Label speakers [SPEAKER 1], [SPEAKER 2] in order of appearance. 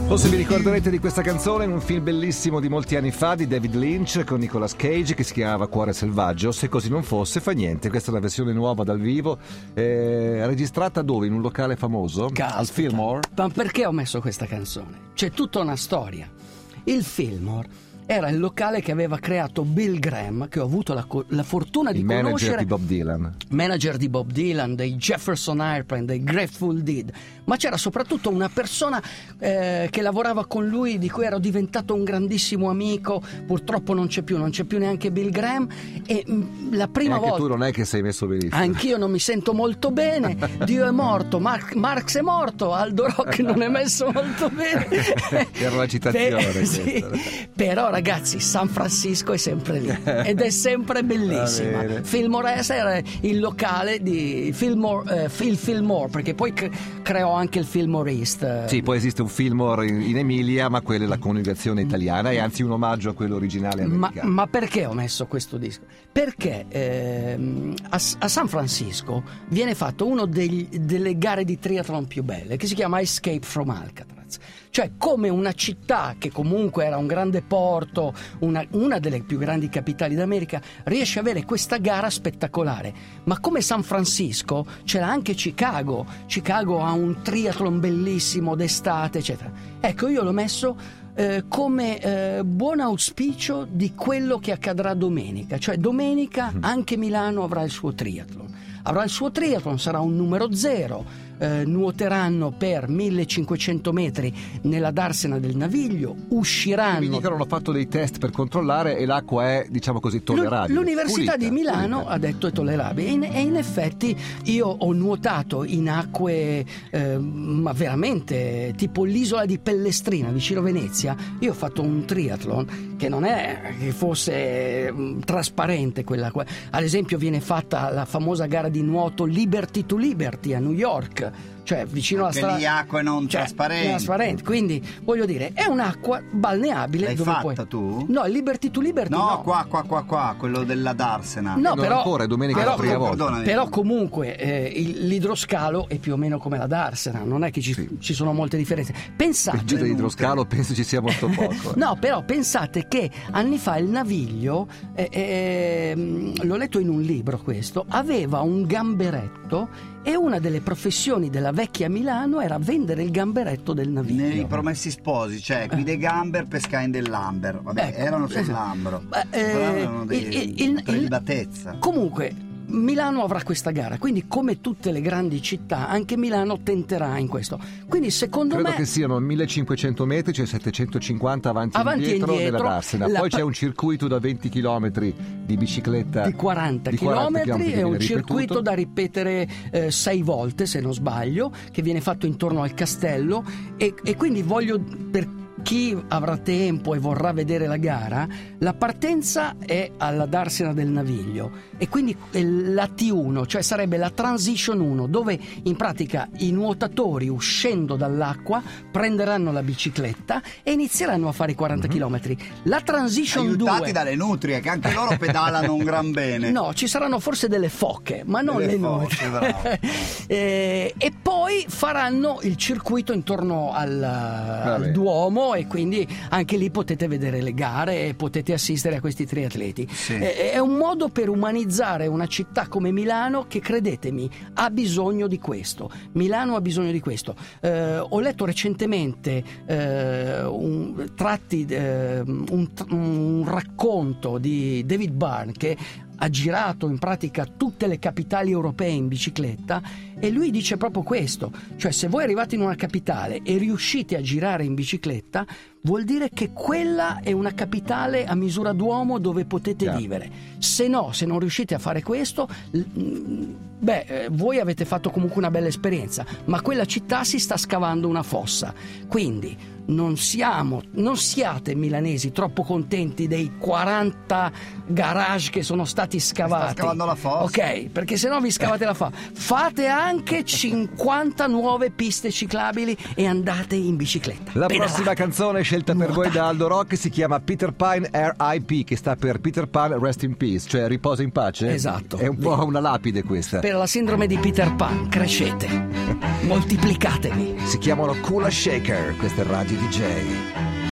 [SPEAKER 1] Forse vi ricorderete di questa canzone in un film bellissimo di molti anni fa di David Lynch con Nicolas Cage che si chiamava Cuore selvaggio. Se così non fosse, fa niente. Questa è la versione nuova dal vivo, registrata dove? In un locale famoso? Al Fillmore.
[SPEAKER 2] Ma perché ho messo questa canzone? C'è tutta una storia. Il Fillmore era il locale che aveva creato Bill Graham, che ho avuto la fortuna di conoscere.
[SPEAKER 1] Manager di Bob Dylan.
[SPEAKER 2] Manager di Bob Dylan, dei Jefferson Airplane, dei Grateful Dead. Ma c'era soprattutto una persona che lavorava con lui, di cui ero diventato un grandissimo amico. Purtroppo non c'è più neanche Bill Graham. E la prima volta.
[SPEAKER 1] Anche tu non è che sei messo benissimo.
[SPEAKER 2] Anch'io non mi sento molto bene. Dio è morto, Marx è morto, Aldo Rock non è messo molto bene.
[SPEAKER 1] Era una citazione.
[SPEAKER 2] Sì. Però ragazzi, San Francisco è sempre lì ed è sempre bellissima. Fillmore era il locale di Fillmore, perché poi creò anche il Fillmore East. Sì,
[SPEAKER 1] poi esiste un Fillmore in Emilia, ma quella è la coniugazione italiana, e anzi un omaggio a quello originale americano.
[SPEAKER 2] Ma perché ho messo questo disco? Perché a San Francisco viene fatto uno delle gare di triathlon più belle, che si chiama Escape from Alcatraz. Cioè, come una città che comunque era un grande porto, una delle più grandi capitali d'America, riesce a avere questa gara spettacolare. Ma come San Francisco c'era anche Chicago. Chicago ha un triathlon bellissimo d'estate, eccetera. Ecco, io l'ho messo come buon auspicio di quello che accadrà domenica. Cioè, domenica anche Milano avrà il suo triathlon. Sarà un numero 0. Nuoteranno per 1500 metri nella darsena del Naviglio, usciranno.
[SPEAKER 1] Mi dicono, hanno fatto dei test per controllare e l'acqua è, diciamo così, tollerabile.
[SPEAKER 2] L'Università di Milano ha detto è tollerabile, e in effetti io ho nuotato in acque ma veramente tipo l'isola di Pellestrina vicino Venezia. Io ho fatto un triathlon che non è che fosse trasparente quell'acqua. Ad esempio viene fatta la famosa gara di nuoto Liberty to Liberty a New York, cioè vicino alla strada,
[SPEAKER 3] lì acque non trasparenti.
[SPEAKER 2] Quindi voglio dire, è un'acqua balneabile.
[SPEAKER 3] L'hai fatta tu?
[SPEAKER 2] No, Liberty to Liberty no.
[SPEAKER 3] Qua, quello della Darsena.
[SPEAKER 2] No,
[SPEAKER 1] però ancora, domenica la prima volta.
[SPEAKER 2] Però comunque l'idroscalo è più o meno come la Darsena, non è che ci sono molte differenze. Pensate,
[SPEAKER 1] il giro dell'idroscalo penso ci sia molto poco.
[SPEAKER 2] No, però pensate che anni fa il Naviglio, l'ho letto in un libro questo, aveva un gamberetto, e una delle professioni della vecchia Milano era vendere il gamberetto del Naviglio.
[SPEAKER 3] Nei Promessi Sposi, cioè qui dei gamber pescai dell'amber. Vabbè, erano sul Lambro. Erano di prelibatezza.
[SPEAKER 2] Comunque Milano avrà questa gara, quindi come tutte le grandi città anche Milano tenterà in questo. Quindi secondo
[SPEAKER 1] credo
[SPEAKER 2] me
[SPEAKER 1] che siano 1500 metri, cioè 750 avanti e indietro nella Darsena. Poi c'è un circuito da 20 km di bicicletta
[SPEAKER 2] di 40 km e un circuito da ripetere 6 volte se non sbaglio, che viene fatto intorno al castello, e quindi voglio, per chi avrà tempo e vorrà vedere la gara, la partenza è alla Darsena del Naviglio, e quindi la T1, cioè sarebbe la Transition 1, dove in pratica i nuotatori, uscendo dall'acqua, prenderanno la bicicletta e inizieranno a fare i 40 km. La Transition 2,
[SPEAKER 3] aiutati dalle nutrie, che anche loro pedalano un gran bene.
[SPEAKER 2] No, ci saranno forse delle foche, ma non le nutrie. E poi faranno il circuito intorno al Duomo, e quindi anche lì potete vedere le gare e potete assistere a questi triatleti.
[SPEAKER 3] Sì.
[SPEAKER 2] È un modo per umanizzare una città come Milano, che, credetemi, ha bisogno di questo. Milano ha bisogno di questo. Ho letto recentemente un racconto di David Byrne, che ha girato in pratica tutte le capitali europee in bicicletta, e lui dice proprio questo: cioè, se voi arrivate in una capitale e riuscite a girare in bicicletta, vuol dire che quella è una capitale a misura d'uomo dove potete vivere. Se no, se non riuscite a fare questo, voi avete fatto comunque una bella esperienza, ma quella città si sta scavando una fossa. Quindi non siate milanesi troppo contenti dei 40 garage che sono stati scavati.
[SPEAKER 3] Sta scavando la fossa.
[SPEAKER 2] Ok, perché se no vi scavate la fossa. Fate anche 50 nuove piste ciclabili e andate in bicicletta.
[SPEAKER 1] La prossima canzone scelta per voi da Aldo Rock si chiama Peter Pan R.I.P., che sta per Peter Pan Rest in Peace, cioè riposa in pace.
[SPEAKER 2] Esatto.
[SPEAKER 1] È un po' una lapide questa.
[SPEAKER 2] Per la sindrome di Peter Pan, crescete, moltiplicatevi.
[SPEAKER 1] Si chiamano Kula Shaker, questa è Radio DJ.